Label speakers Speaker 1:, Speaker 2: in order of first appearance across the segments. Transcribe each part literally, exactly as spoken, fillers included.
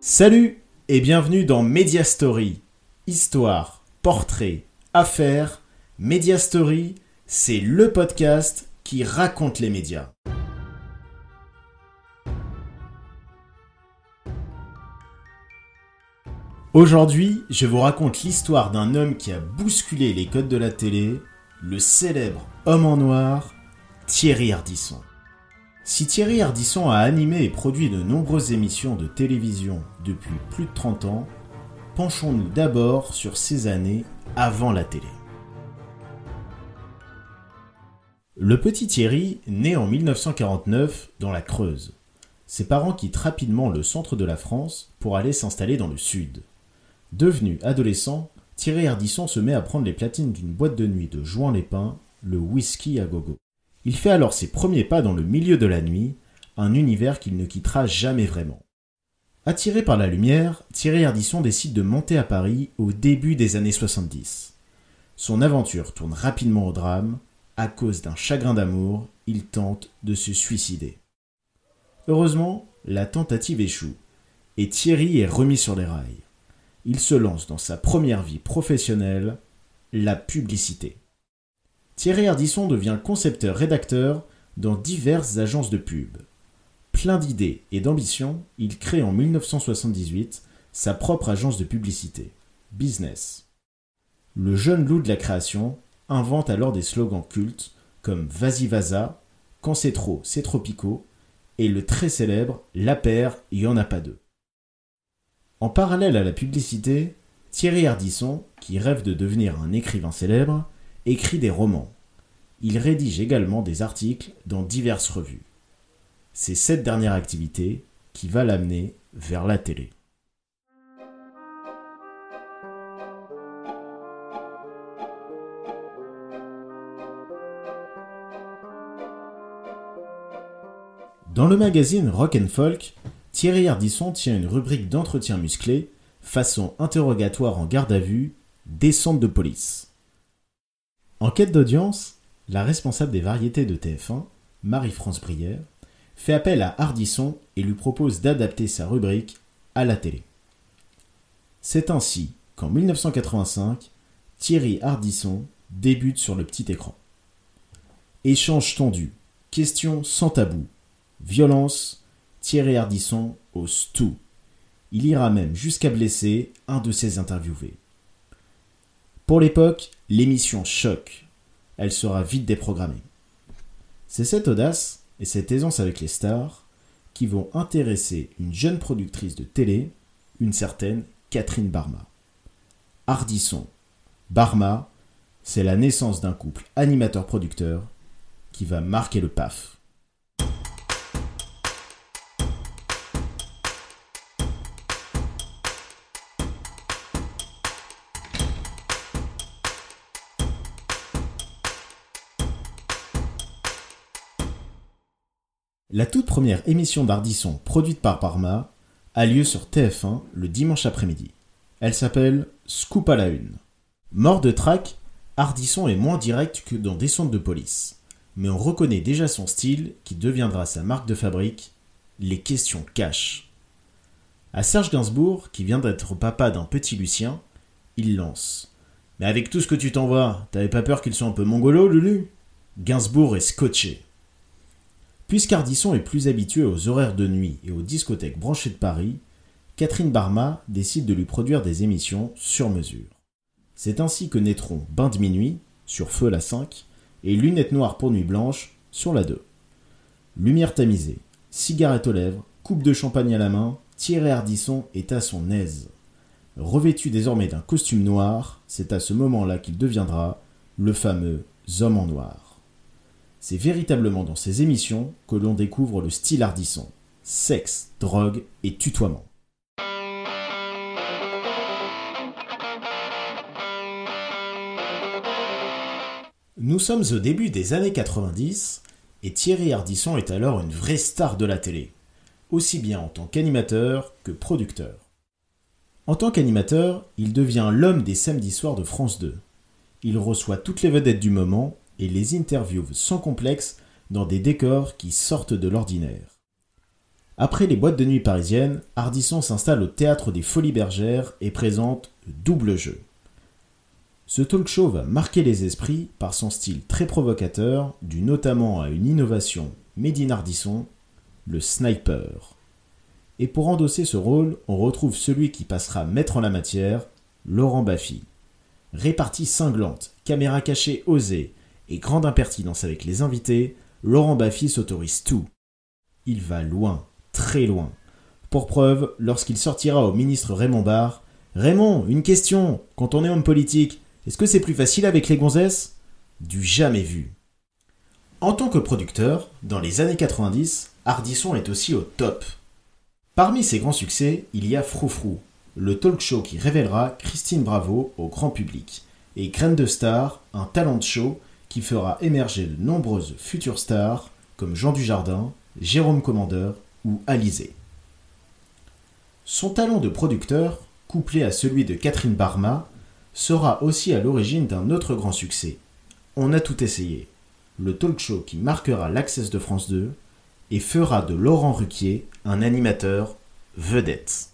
Speaker 1: Salut et bienvenue dans Media Story. Histoire, portrait, affaires, Media Story, c'est le podcast qui raconte les médias. Aujourd'hui, je vous raconte l'histoire d'un homme qui a bousculé les codes de la télé, le célèbre homme en noir, Thierry Ardisson. Si Thierry Ardisson a animé et produit de nombreuses émissions de télévision depuis plus de trente ans, penchons-nous d'abord sur ces années avant la télé. Le petit Thierry naît en dix-neuf cent quarante-neuf dans la Creuse. Ses parents quittent rapidement le centre de la France pour aller s'installer dans le sud. Devenu adolescent, Thierry Ardisson se met à prendre les platines d'une boîte de nuit de Juan-les-Pins, le whisky à gogo. Il fait alors ses premiers pas dans le milieu de la nuit, un univers qu'il ne quittera jamais vraiment. Attiré par la lumière, Thierry Ardisson décide de monter à Paris au début des années soixante-dix. Son aventure tourne rapidement au drame. À cause d'un chagrin d'amour, il tente de se suicider. Heureusement, la tentative échoue, et Thierry est remis sur les rails. Il se lance dans sa première vie professionnelle, la publicité. Thierry Ardisson devient concepteur-rédacteur dans diverses agences de pub. Plein d'idées et d'ambition, il crée en dix-neuf cent soixante-dix-huit sa propre agence de publicité, Business. Le jeune loup de la création invente alors des slogans cultes comme « Vas-y Vaza »,« Quand c'est trop, c'est tropico » et le très célèbre « La paire, il y en a pas deux ». En parallèle à la publicité, Thierry Ardisson, qui rêve de devenir un écrivain célèbre, écrit des romans. Il rédige également des articles dans diverses revues. C'est cette dernière activité qui va l'amener vers la télé. Dans le magazine Rock and Folk, Thierry Ardisson tient une rubrique d'entretien musclé, façon interrogatoire en garde à vue, descente de police. En quête d'audience, la responsable des variétés de T F un, Marie-France Brière, fait appel à Ardisson et lui propose d'adapter sa rubrique à la télé. C'est ainsi qu'en dix-neuf cent quatre-vingt-cinq, Thierry Ardisson débute sur le petit écran. Échange tendu, questions sans tabou, violence, Thierry Ardisson ose tout. Il ira même jusqu'à blesser un de ses interviewés. Pour l'époque, l'émission choque. Elle sera vite déprogrammée. C'est cette audace et cette aisance avec les stars qui vont intéresser une jeune productrice de télé, une certaine Catherine Barma. Ardisson, Barma, c'est la naissance d'un couple animateur-producteur qui va marquer le P A F. La toute première émission d'Ardisson produite par Barma a lieu sur T F un le dimanche après-midi. Elle s'appelle Scoop à la une. Mort de trac, Ardisson est moins direct que dans Descente de police, mais on reconnaît déjà son style qui deviendra sa marque de fabrique, les questions cash. À Serge Gainsbourg, qui vient d'être papa d'un petit Lucien, il lance « Mais avec tout ce que tu t'envoies, t'avais pas peur qu'ils soient un peu mongolos, Lulu ?» Gainsbourg est scotché. Puisqu'Ardisson est plus habitué aux horaires de nuit et aux discothèques branchées de Paris, Catherine Barma décide de lui produire des émissions sur mesure. C'est ainsi que naîtront Bain de minuit, sur Feu la cinq, et Lunettes noires pour nuit blanche, sur la deux. Lumière tamisée, cigarette aux lèvres, coupe de champagne à la main, Thierry Ardisson est à son aise. Revêtu désormais d'un costume noir, c'est à ce moment-là qu'il deviendra le fameux homme en noir. C'est véritablement dans ces émissions que l'on découvre le style Ardisson. Sexe, drogue et tutoiement. Nous sommes au début des années quatre-vingt-dix et Thierry Ardisson est alors une vraie star de la télé, aussi bien en tant qu'animateur que producteur. En tant qu'animateur, il devient l'homme des samedis soirs de France deux. Il reçoit toutes les vedettes du moment et les interviewe sans complexe dans des décors qui sortent de l'ordinaire. Après les boîtes de nuit parisiennes, Ardisson s'installe au Théâtre des Folies Bergères et présente Double Jeu. Ce talk show va marquer les esprits par son style très provocateur, dû notamment à une innovation made in Ardisson, le sniper. Et pour endosser ce rôle, on retrouve celui qui passera maître en la matière, Laurent Baffy. Répartie cinglante, caméra cachée osée et grande impertinence avec les invités, Laurent Baffy s'autorise tout. Il va loin, très loin. Pour preuve, lorsqu'il sortira au ministre Raymond Barre, « Raymond, une question, quand on est homme politique, est-ce que c'est plus facile avec les gonzesses ?» Du jamais vu. En tant que producteur, dans les années quatre-vingt-dix, Ardisson est aussi au top. Parmi ses grands succès, il y a Froufrou, le talk show qui révélera Christine Bravo au grand public, et Graines de Star, un talent show qui fera émerger de nombreuses futures stars comme Jean Dujardin, Jérôme Commandeur ou Alizé. Son talent de producteur, couplé à celui de Catherine Barma, sera aussi à l'origine d'un autre grand succès. On a tout essayé, le talk show qui marquera l'Access de France deux et fera de Laurent Ruquier un animateur vedette.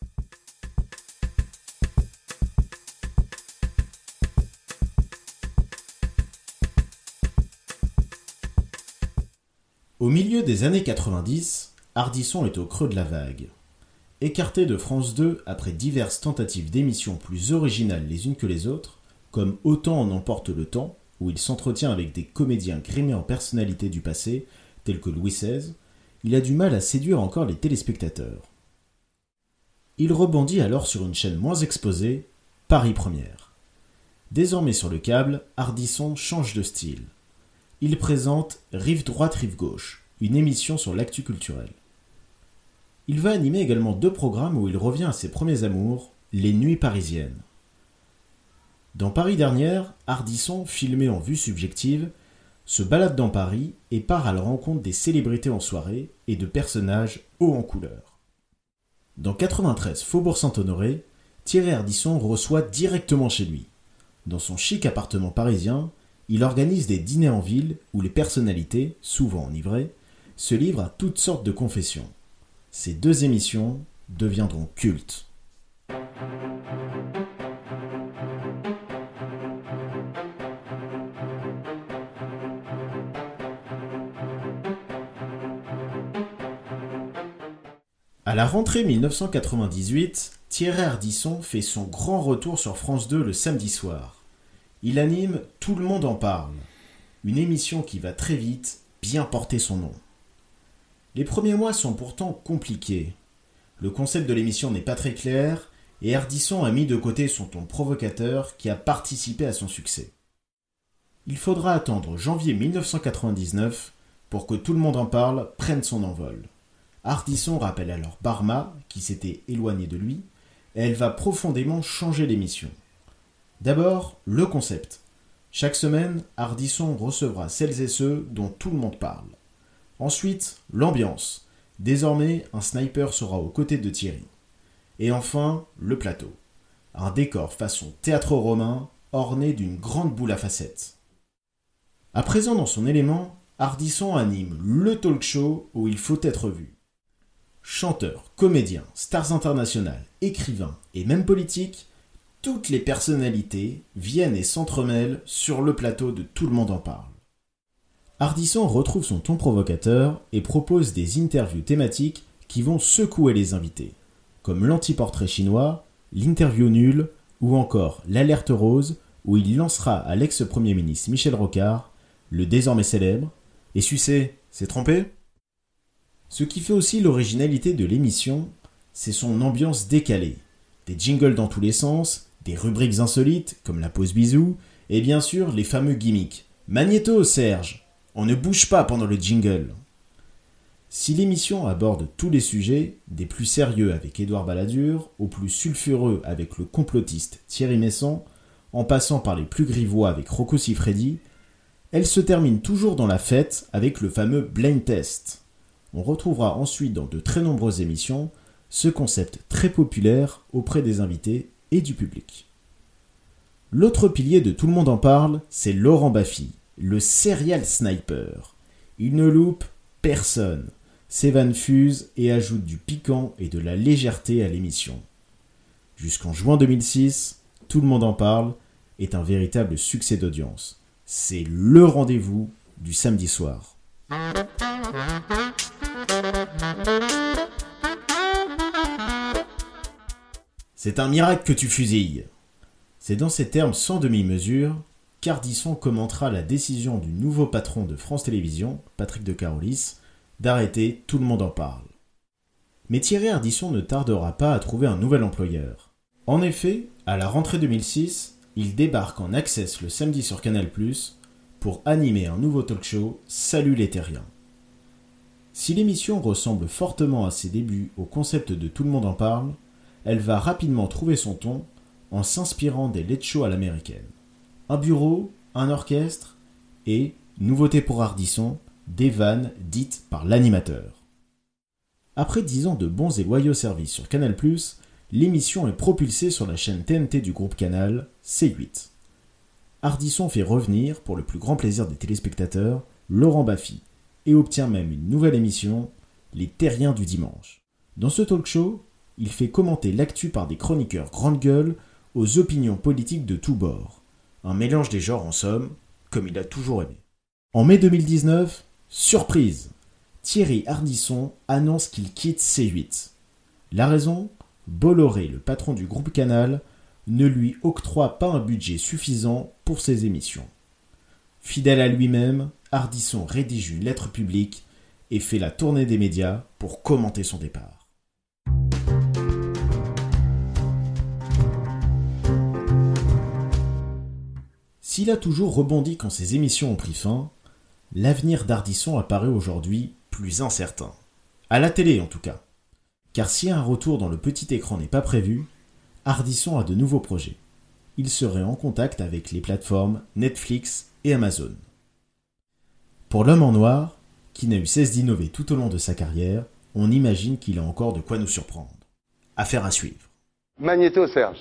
Speaker 1: Au milieu des années quatre-vingt-dix, Ardisson est au creux de la vague. Écarté de France deux après diverses tentatives d'émissions plus originales les unes que les autres, comme Autant en emporte le temps, où il s'entretient avec des comédiens grimés en personnalités du passé, tels que Louis seize, il a du mal à séduire encore les téléspectateurs. Il rebondit alors sur une chaîne moins exposée, Paris Première. Désormais sur le câble, Ardisson change de style. Il présente Rive droite, rive gauche, une émission sur l'actu culturelle. Il va animer également deux programmes où il revient à ses premiers amours, les nuits parisiennes. Dans Paris dernière, Ardisson, filmé en vue subjective, se balade dans Paris et part à la rencontre des célébrités en soirée et de personnages hauts en couleur. Dans quatre-vingt-treize Faubourg Saint-Honoré, Thierry Ardisson reçoit directement chez lui. Dans son chic appartement parisien, il organise des dîners en ville où les personnalités, souvent enivrées, se livrent à toutes sortes de confessions. Ces deux émissions deviendront cultes. À la rentrée mille neuf cent quatre-vingt-dix-huit, Thierry Ardisson fait son grand retour sur France deux le samedi soir. Il anime Tout le monde en parle, une émission qui va très vite bien porter son nom. Les premiers mois sont pourtant compliqués. Le concept de l'émission n'est pas très clair et Ardisson a mis de côté son ton provocateur qui a participé à son succès. Il faudra attendre janvier mille neuf cent quatre-vingt-dix-neuf pour que Tout le monde en parle prenne son envol. Ardisson rappelle alors Barma, qui s'était éloigné de lui, et elle va profondément changer l'émission. D'abord, le concept. Chaque semaine, Ardisson recevra celles et ceux dont tout le monde parle. Ensuite, l'ambiance. Désormais, un sniper sera aux côtés de Thierry. Et enfin, le plateau. Un décor façon théâtre romain, orné d'une grande boule à facettes. À présent dans son élément, Ardisson anime le talk show où il faut être vu. Chanteurs, comédiens, stars internationales, écrivains et même politiques, toutes les personnalités viennent et s'entremêlent sur le plateau de Tout le monde en parle. Ardisson retrouve son ton provocateur et propose des interviews thématiques qui vont secouer les invités, comme l'anti-portrait chinois, l'interview nulle ou encore l'alerte rose où il lancera à l'ex-premier ministre Michel Rocard le désormais célèbre « Et sucer, c'est tromper ?» Ce qui fait aussi l'originalité de l'émission, c'est son ambiance décalée. Des jingles dans tous les sens, des rubriques insolites comme la pause bisou, et bien sûr les fameux gimmicks. Magnéto, Serge, on ne bouge pas pendant le jingle. Si l'émission aborde tous les sujets, des plus sérieux avec Édouard Balladur, aux plus sulfureux avec le complotiste Thierry Messon, en passant par les plus grivois avec Rocco Siffredi, elle se termine toujours dans la fête avec le fameux blind test. On retrouvera ensuite dans de très nombreuses émissions ce concept très populaire auprès des invités et du public. L'autre pilier de Tout le monde en parle, c'est Laurent Baffy, le serial sniper. Il ne loupe personne. Ses vannes fusent et ajoutent du piquant et de la légèreté à l'émission. Jusqu'en juin deux mille six, Tout le monde en parle est un véritable succès d'audience. C'est le rendez-vous du samedi soir. C'est un miracle que tu fusilles. C'est dans ces termes sans demi-mesure qu'Ardisson commentera la décision du nouveau patron de France Télévisions, Patrick de Carolis, d'arrêter Tout le monde en parle. Mais Thierry Ardisson ne tardera pas à trouver un nouvel employeur. En effet, à la rentrée deux mille six, il débarque en Access le samedi sur Canal plus, pour animer un nouveau talk-show, Salut les Terriens. Si l'émission ressemble fortement à ses débuts au concept de Tout le monde en parle, elle va rapidement trouver son ton en s'inspirant des late shows à l'américaine. Un bureau, un orchestre et, nouveauté pour Ardisson, des vannes dites par l'animateur. Après dix ans de bons et loyaux services sur Canal plus, l'émission est propulsée sur la chaîne T N T du groupe Canal, C huit. Ardisson fait revenir, pour le plus grand plaisir des téléspectateurs, Laurent Baffy, et obtient même une nouvelle émission, Les Terriens du dimanche. Dans ce talk-show, il fait commenter l'actu par des chroniqueurs grande gueule aux opinions politiques de tous bords. Un mélange des genres en somme, comme il a toujours aimé. En mai deux mille dix-neuf, surprise, Thierry Ardisson annonce qu'il quitte C huit. La raison ? Bolloré, le patron du groupe Canal, ne lui octroie pas un budget suffisant pour ses émissions. Fidèle à lui-même, Ardisson rédige une lettre publique et fait la tournée des médias pour commenter son départ. S'il a toujours rebondi quand ses émissions ont pris fin, l'avenir d'Ardisson apparaît aujourd'hui plus incertain. À la télé en tout cas. Car si un retour dans le petit écran n'est pas prévu, Ardisson a de nouveaux projets. Il serait en contact avec les plateformes Netflix et Amazon. Pour l'homme en noir, qui n'a eu cesse d'innover tout au long de sa carrière, on imagine qu'il a encore de quoi nous surprendre. Affaire à suivre.
Speaker 2: Magnéto, Serge.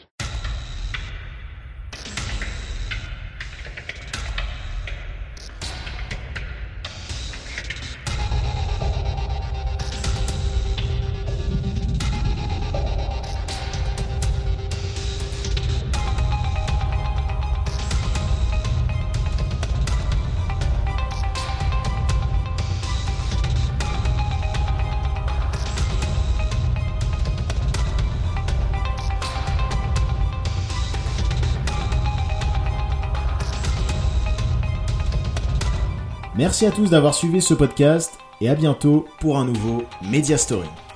Speaker 1: Merci à tous d'avoir suivi ce podcast et à bientôt pour un nouveau Media Story.